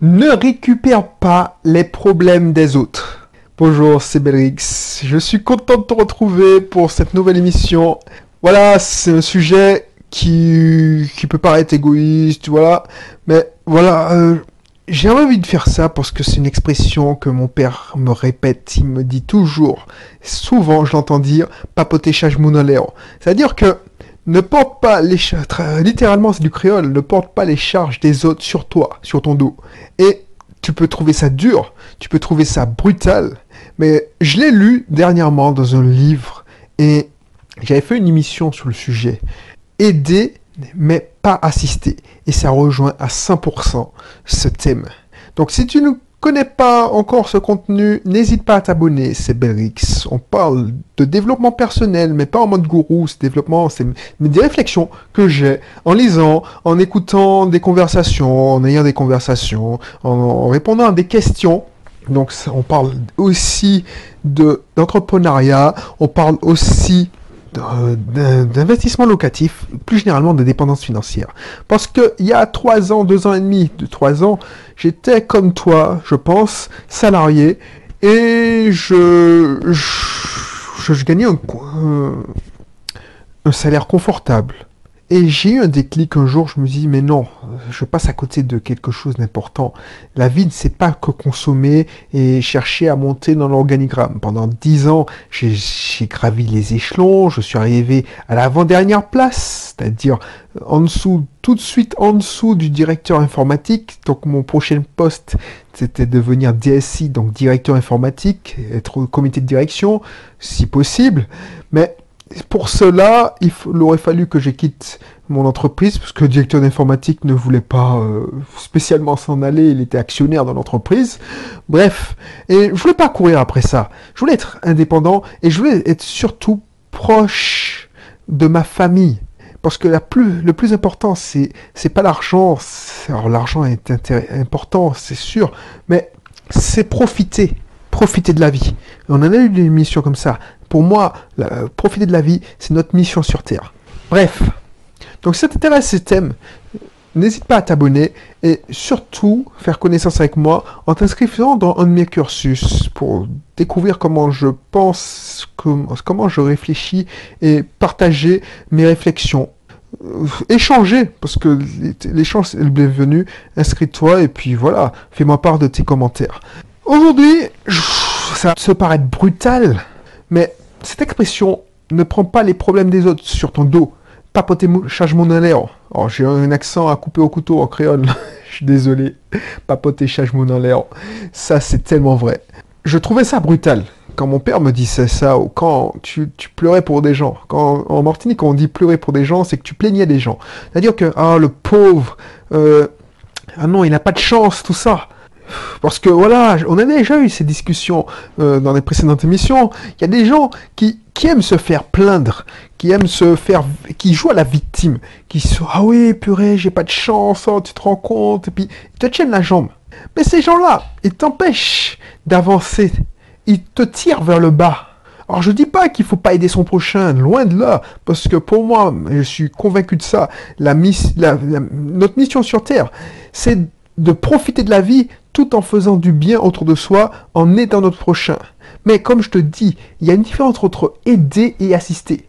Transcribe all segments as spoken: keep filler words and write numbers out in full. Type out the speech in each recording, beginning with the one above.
Ne récupère pas les problèmes des autres. Bonjour, c'est Belrix. Je suis content de te retrouver pour cette nouvelle émission. Voilà, c'est un sujet qui, qui peut paraître égoïste, voilà. Mais voilà, euh, j'ai envie de faire ça parce que c'est une expression que mon père me répète. Il me dit toujours, souvent je l'entends dire, papoter charge mon oléo. C'est-à-dire que ne porte pas les charges, littéralement c'est du créole, ne porte pas les charges des autres sur toi, sur ton dos. Et tu peux trouver ça dur, tu peux trouver ça brutal, mais je l'ai lu dernièrement dans un livre et j'avais fait une émission sur le sujet. Aider, mais pas assister. Et ça rejoint à cent pour cent ce thème. Donc si tu ne connais pas encore ce contenu, n'hésite pas à t'abonner, c'est Belrix. On parle de développement personnel, mais pas en mode gourou, ce développement, c'est des réflexions que j'ai en lisant, en écoutant des conversations, en ayant des conversations, en, en répondant à des questions. Donc on parle aussi de d'entrepreneuriat, on parle aussi d'investissement locatif, plus généralement de dépendance financière. Parce que il y a trois ans, deux ans et demi, de trois ans, j'étais comme toi, je pense, salarié, et je, je, je gagnais un, un, un salaire confortable. Et j'ai eu un déclic un jour, je me dis, mais non, je passe à côté de quelque chose d'important. La vie ne c'est pas que consommer et chercher à monter dans l'organigramme. Pendant dix ans, j'ai, j'ai gravi les échelons, je suis arrivé à l'avant-dernière place, c'est-à-dire en dessous, tout de suite en dessous du directeur informatique. Donc mon prochain poste, c'était devenir D S I, donc directeur informatique, être au comité de direction, si possible. Mais pour cela, il, f- il aurait fallu que je quitte mon entreprise, parce que le directeur d'informatique ne voulait pas euh, spécialement s'en aller, il était actionnaire dans l'entreprise. Bref, et je voulais pas courir après ça. Je voulais être indépendant, et je voulais être surtout proche de ma famille. Parce que la plus, le plus important, c'est, c'est pas l'argent. C'est- alors l'argent est intér- important, c'est sûr, mais c'est profiter. Profiter de la vie. Et on en a eu des missions comme ça. Pour moi, la, profiter de la vie, c'est notre mission sur Terre. Bref. Donc si ça t'intéresse ces thèmes, n'hésite pas à t'abonner et surtout faire connaissance avec moi en t'inscrivant dans un de mes cursus pour découvrir comment je pense, comment, comment je réfléchis et partager mes réflexions. Euh, échanger, parce que l'échange est le bienvenu. Inscris-toi et puis voilà, fais-moi part de tes commentaires. Aujourd'hui, ça va se paraître brutal, mais cette expression ne prend pas les problèmes des autres sur ton dos. Papoter charge mon oléo. Oh, j'ai un accent à couper au couteau en créole. Je suis désolé. Papoter charge mon oléo. Ça, c'est tellement vrai. Je trouvais ça brutal. Quand mon père me disait ça, ou quand tu, tu pleurais pour des gens. Quand, en Martinique, quand on dit pleurer pour des gens, c'est que tu plaignais des gens. C'est-à-dire que, ah, le pauvre, euh, ah non, il n'a pas de chance, tout ça. Parce que voilà, on a déjà eu ces discussions euh, dans les précédentes émissions. Il y a des gens qui, qui aiment se faire plaindre, qui aiment se faire, qui jouent à la victime, qui sont ah oui purée, j'ai pas de chance, oh, tu te rends compte, et puis ils te tiennent la jambe. Mais ces gens-là, ils t'empêchent d'avancer, ils te tirent vers le bas. Alors je dis pas qu'il faut pas aider son prochain, loin de là, parce que pour moi, je suis convaincu de ça. La, miss, la, la notre mission sur Terre, c'est de profiter de la vie tout en faisant du bien autour de soi, en aidant notre prochain. Mais comme je te dis, il y a une différence entre aider et assister.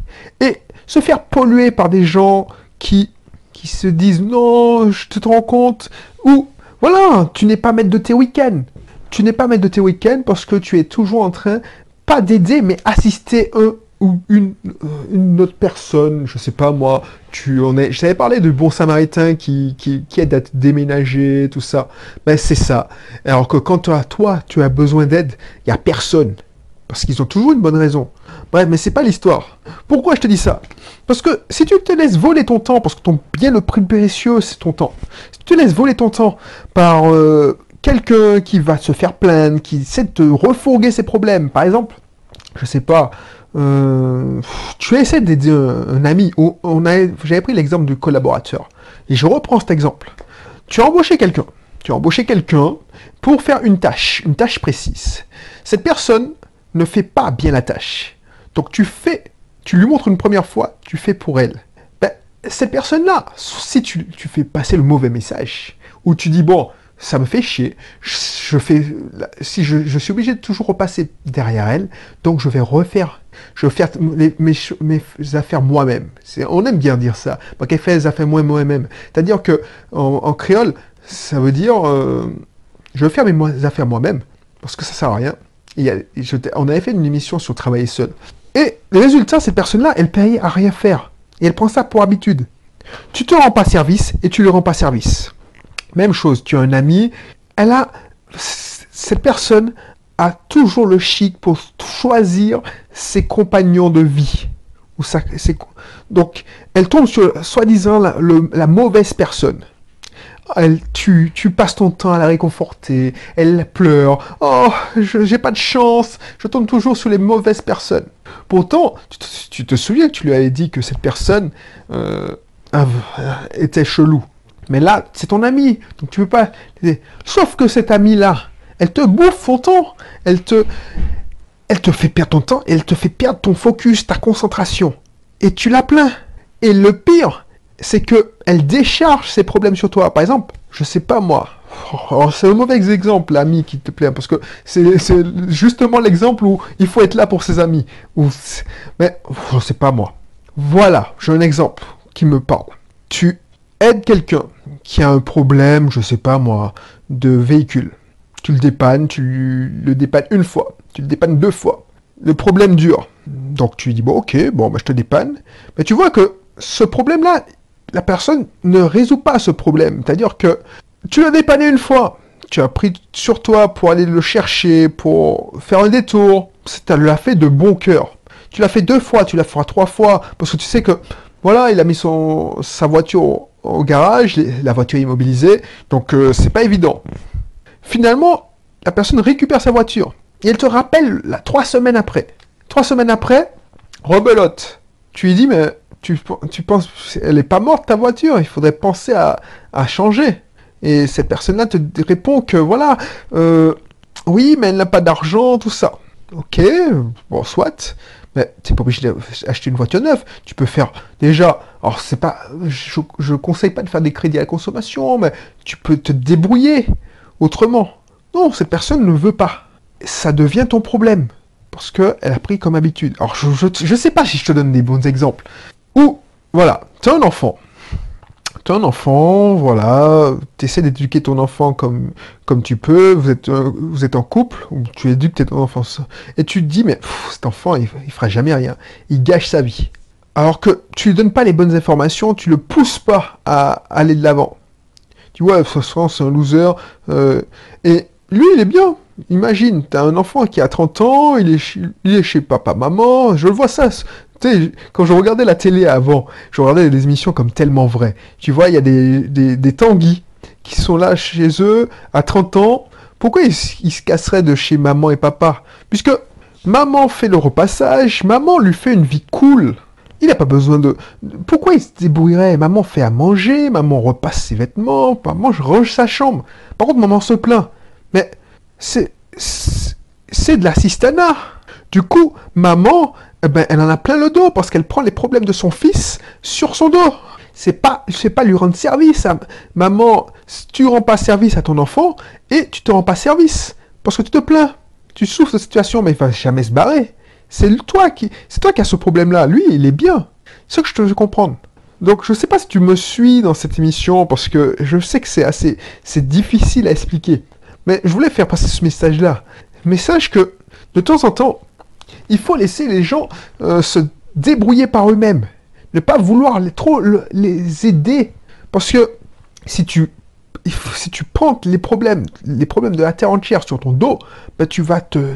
Et se faire polluer par des gens qui, qui se disent « Non, je te rends compte » ou « Voilà, tu n'es pas maître de tes week-ends. Tu n'es pas maître de tes week-ends parce que tu es toujours en train, pas d'aider, mais assister un ou une, une autre personne, je sais pas moi, tu en es, je t'avais parlé de bon samaritain qui, qui, qui aide à te déménager, tout ça, ben c'est ça. Alors que quand toi, toi tu as besoin d'aide, il y a personne, parce qu'ils ont toujours une bonne raison. Bref, mais c'est pas l'histoire. Pourquoi je te dis ça? Parce que si tu te laisses voler ton temps, parce que ton bien le plus précieux c'est ton temps, si tu te laisses voler ton temps par euh, quelqu'un qui va se faire plaindre, qui essaie de te refourguer ses problèmes, par exemple, je sais pas, Euh, tu essaies d'aider un, un ami. On, on a, j'avais pris l'exemple du collaborateur. Et je reprends cet exemple. Tu as embauché quelqu'un. Tu as embauché quelqu'un pour faire une tâche, une tâche précise. Cette personne ne fait pas bien la tâche. Donc tu fais, tu lui montres une première fois, tu fais pour elle. Ben, cette personne-là, si tu, tu fais passer le mauvais message, ou tu dis, bon, ça me fait chier. Je, je fais, si je, je suis obligé de toujours repasser derrière elle, donc je vais refaire, je vais faire les, mes, mes affaires moi-même. C'est, on aime bien dire ça. Moi, qu'elle fait les affaires moi-même. C'est-à-dire que en, en créole, ça veut dire, euh, je vais faire mes affaires moi-même parce que ça sert à rien. Il y a, je, on avait fait une émission sur travailler seul. Et le résultat, cette personne-là, elle paye à rien faire. Et elle prend ça pour habitude. Tu te rends pas service et tu lui rends pas service. Même chose, tu as un ami, elle a, cette personne a toujours le chic pour choisir ses compagnons de vie. Ou sa, ses, donc, elle tombe sur, soi-disant, la, le, la mauvaise personne. Elle, tu, tu passes ton temps à la réconforter, elle pleure, oh, je, j'ai pas de chance, je tombe toujours sur les mauvaises personnes. Pourtant, tu te, tu te souviens que tu lui avais dit que cette personne euh, était chelou. Mais là, c'est ton ami, donc tu peux pas... Sauf que cette amie-là, elle te bouffe ton temps, elle te, elle te fait perdre ton temps, elle te fait perdre ton focus, ta concentration. Et tu la plains. Et le pire, c'est que elle décharge ses problèmes sur toi. Par exemple, je sais pas moi, oh, c'est un mauvais exemple, l'ami qui te plaît, parce que c'est, c'est justement l'exemple où il faut être là pour ses amis. Où mais je sais pas moi. Voilà, j'ai un exemple qui me parle. Tu aides quelqu'un qui a un problème, je sais pas moi, de véhicule. Tu le dépannes, tu le dépannes une fois, tu le dépannes deux fois. Le problème dure. Donc tu lui dis, bon ok, bon bah, je te dépanne. Mais tu vois que ce problème-là, la personne ne résout pas ce problème. C'est-à-dire que tu l'as dépanné une fois, tu as pris sur toi pour aller le chercher, pour faire un détour. Tu l'as fait de bon cœur. Tu l'as fait deux fois, tu l'as fait trois fois, parce que tu sais que, voilà, il a mis son, sa voiture au, au garage, la voiture est immobilisée, donc euh, c'est pas évident. Finalement, la personne récupère sa voiture, et elle te rappelle là, trois semaines après. Trois semaines après, rebelote. Tu lui dis, mais tu, tu penses, elle est pas morte ta voiture, il faudrait penser à, à changer. Et cette personne-là te répond que voilà, euh, oui, mais elle n'a pas d'argent, tout ça. Ok, bon, soit, mais tu n'es pas obligé d'acheter une voiture neuve. Tu peux faire déjà, alors c'est pas, je, je conseille pas de faire des crédits à la consommation, mais tu peux te débrouiller autrement. Non, cette personne ne veut pas. Ça devient ton problème. Parce qu'elle a pris comme habitude. Alors, je, je, je sais pas si je te donne des bons exemples. Ou, voilà, tu as un enfant. Tu as un enfant, voilà, tu essaies d'éduquer ton enfant comme, comme tu peux, vous êtes, euh, vous êtes en couple, ou tu éduques ton enfant, et tu te dis, mais pff, cet enfant, il, il fera jamais rien. Il gâche sa vie. Alors que tu lui donnes pas les bonnes informations, tu le pousses pas à aller de l'avant. Tu vois, de toute façon, c'est un loser. Euh, et lui, il est bien. Imagine, t'as un enfant qui a trente ans, il est, chez, il est chez papa, maman, je le vois ça. Tu sais, quand je regardais la télé avant, je regardais des émissions comme Tellement Vrai. Tu vois, il y a des, des, des Tanguy qui sont là chez eux à trente ans. Pourquoi ils, ils se casseraient de chez maman et papa? Puisque maman fait le repassage, maman lui fait une vie cool. Il n'a pas besoin de... Pourquoi il se débrouillerait? Maman fait à manger, maman repasse ses vêtements, maman range sa chambre. Par contre, maman se plaint. Mais c'est, c'est, c'est de l'assistanat. Du coup, maman, eh ben, elle en a plein le dos parce qu'elle prend les problèmes de son fils sur son dos. C'est pas, c'est pas lui rendre service. Hein. Maman, tu rends pas service à ton enfant et tu te rends pas service parce que tu te plains. Tu souffres de cette situation, mais il va jamais se barrer. C'est toi qui, c'est toi qui as ce problème-là. Lui, il est bien. C'est ce que je te veux comprendre. Donc, je sais pas si tu me suis dans cette émission parce que je sais que c'est assez, c'est difficile à expliquer. Mais je voulais faire passer ce message-là. Message que, de temps en temps, il faut laisser les gens euh, se débrouiller par eux-mêmes. Ne pas vouloir les, trop le, les aider. Parce que si tu, si tu prends les problèmes, les problèmes de la terre entière sur ton dos, ben tu vas te,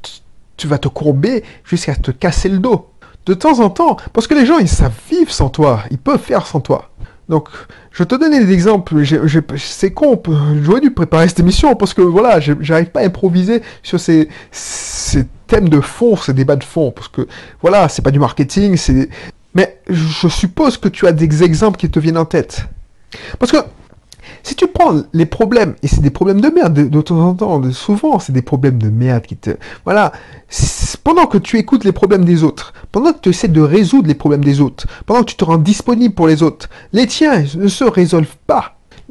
tu vas te courber jusqu'à te casser le dos. De temps en temps, parce que les gens, ils savent vivre sans toi. Ils peuvent faire sans toi. Donc, je te donner des exemples. J'ai, j'ai, c'est con, j'aurais dû préparer cette émission parce que voilà, j'arrive pas à improviser sur ces, ces thèmes de fond, ces débats de fond, parce que voilà, c'est pas du marketing, c'est. Mais je suppose que tu as des exemples qui te viennent en tête. Parce que si tu prends les problèmes, et c'est des problèmes de merde de, de temps en temps, de, souvent c'est des problèmes de merde qui te... Voilà, pendant que tu écoutes les problèmes des autres, pendant que tu essaies de résoudre les problèmes des autres, pendant que tu te rends disponible pour les autres, les tiens ne se résolvent pas.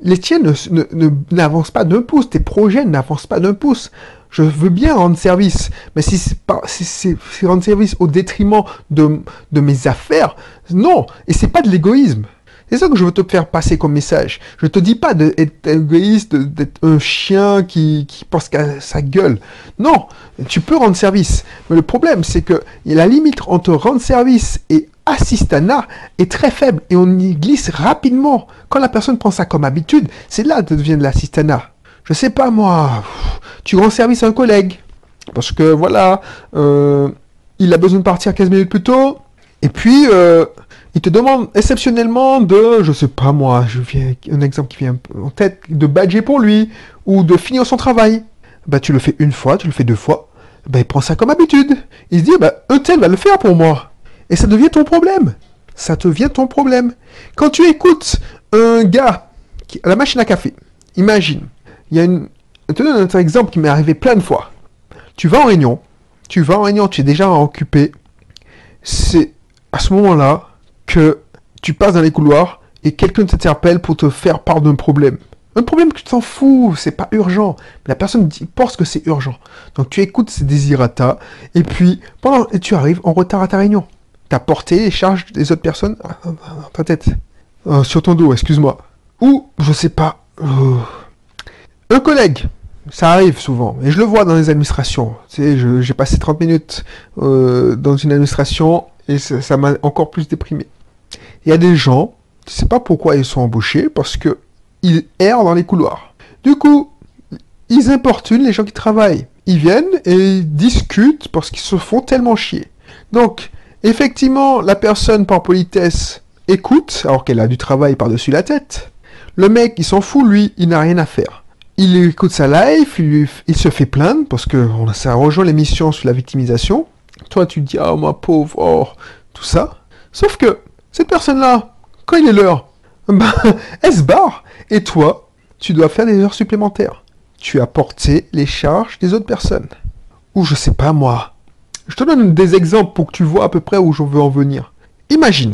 Les tiens ne, ne, ne, n'avancent pas d'un pouce, tes projets n'avancent pas d'un pouce. Je veux bien rendre service, mais si c'est pas, si c'est, si rendre service au détriment de, de mes affaires, non. Et c'est pas de l'égoïsme. C'est ça que je veux te faire passer comme message. Je te dis pas d'être égoïste, d'être un chien qui, qui pense qu'à sa gueule. Non, tu peux rendre service. Mais le problème, c'est que la limite entre rendre service et assistanat est très faible et on y glisse rapidement. Quand la personne prend ça comme habitude, c'est là que devient de l'assistanat. Je sais pas moi, tu rends service à un collègue parce que voilà, euh, il a besoin de partir quinze minutes plus tôt et puis euh, il te demande exceptionnellement de, je sais pas moi, je viens un exemple qui vient en tête, de badger pour lui ou de finir son travail. Bah tu le fais une fois, tu le fais deux fois, bah il prend ça comme habitude. Il se dit bah un tel va le faire pour moi et ça devient ton problème. Ça devient ton problème. Quand tu écoutes un gars qui, à la machine à café, imagine. Il y a une... Je te donne un exemple qui m'est arrivé plein de fois. Tu vas en réunion, tu vas en réunion, tu es déjà occupé. C'est à ce moment-là que tu passes dans les couloirs et quelqu'un t'interpelle pour te faire part d'un problème. Un problème que tu t'en fous, c'est pas urgent. Mais la personne dit, pense que c'est urgent. Donc tu écoutes ces désirata et puis pendant et tu arrives en retard à ta réunion. Tu as porté les charges des autres personnes dans ta tête. Euh, sur ton dos, excuse-moi. Ou, je sais pas... Euh... Un collègue, ça arrive souvent, et je le vois dans les administrations. Tu sais, je, j'ai passé trente minutes euh, dans une administration, et ça, ça m'a encore plus déprimé. Il y a des gens, tu sais pas pourquoi ils sont embauchés, parce que ils errent dans les couloirs. Du coup, ils importunent les gens qui travaillent. Ils viennent et ils discutent parce qu'ils se font tellement chier. Donc, effectivement, la personne, par politesse, écoute, alors qu'elle a du travail par-dessus la tête. Le mec, il s'en fout, lui, il n'a rien à faire. Il écoute sa live, il, il se fait plaindre, parce que on, ça rejoint l'émission sur la victimisation. Toi, tu te dis, ah, oh, ma pauvre, oh, tout ça. Sauf que, cette personne-là, quand il est l'heure, ben, elle se barre. Et toi, tu dois faire des heures supplémentaires. Tu as porté les charges des autres personnes. Ou je sais pas, moi. Je te donne des exemples pour que tu vois à peu près où je veux en venir. Imagine,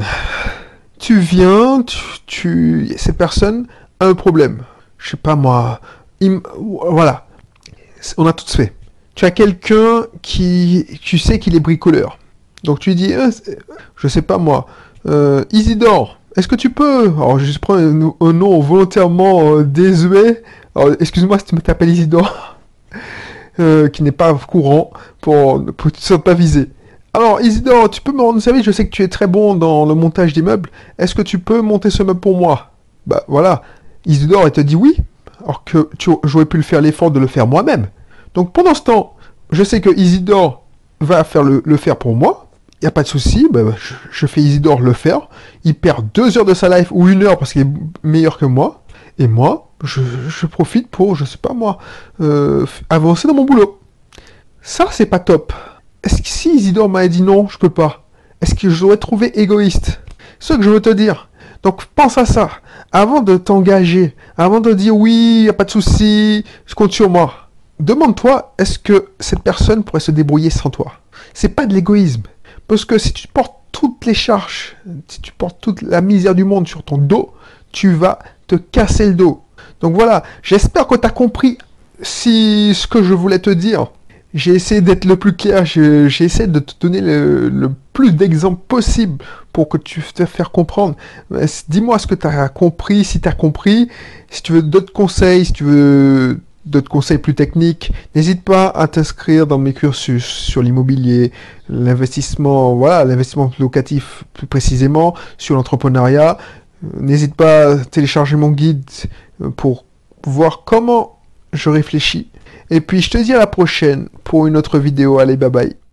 tu viens, tu, tu, cette personne a un problème. Je sais pas, moi... Il, voilà, on a tout fait. Tu as quelqu'un qui, tu sais qu'il est bricoleur. Donc tu lui dis, euh, je sais pas moi, euh, Isidore, est-ce que tu peux, alors je prends un, un nom volontairement euh, désuet, alors excuse-moi si tu m'appelles Isidore, euh, qui n'est pas courant pour, pour que tu ne sois pas visé. Alors Isidore, tu peux me rendre service, je sais que tu es très bon dans le montage des meubles, est-ce que tu peux monter ce meuble pour moi? Bah voilà, Isidore il te dit oui. Alors que tu, j'aurais pu le faire l'effort de le faire moi-même. Donc pendant ce temps, je sais que Isidore va faire le, le faire pour moi. Il n'y a pas de souci, bah, je, je fais Isidore le faire. Il perd deux heures de sa life ou une heure parce qu'il est meilleur que moi. Et moi, je, je profite pour, je sais pas moi, euh, avancer dans mon boulot. Ça, c'est pas top. Est-ce que si Isidore m'avait dit non, je peux pas, est-ce que j'aurais trouvé égoïste? C'est ce que je veux te dire. Donc pense à ça. Avant de t'engager, avant de dire oui, il n'y a pas de souci, je compte sur moi. Demande-toi, est-ce que cette personne pourrait se débrouiller sans toi? C'est pas de l'égoïsme. Parce que si tu portes toutes les charges, si tu portes toute la misère du monde sur ton dos, tu vas te casser le dos. Donc voilà, j'espère que tu as compris si ce que je voulais te dire. J'ai essayé d'être le plus clair, j'ai, j'ai essayé de te donner le, le plus d'exemples possible pour que tu te fasses comprendre. Dis-moi ce que tu as compris, si tu as compris. Si tu veux d'autres conseils, si tu veux d'autres conseils plus techniques, n'hésite pas à t'inscrire dans mes cursus sur l'immobilier, l'investissement, voilà, l'investissement locatif plus précisément, sur l'entrepreneuriat. N'hésite pas à télécharger mon guide pour voir comment je réfléchis. Et puis je te dis à la prochaine pour une autre vidéo. Allez, bye bye.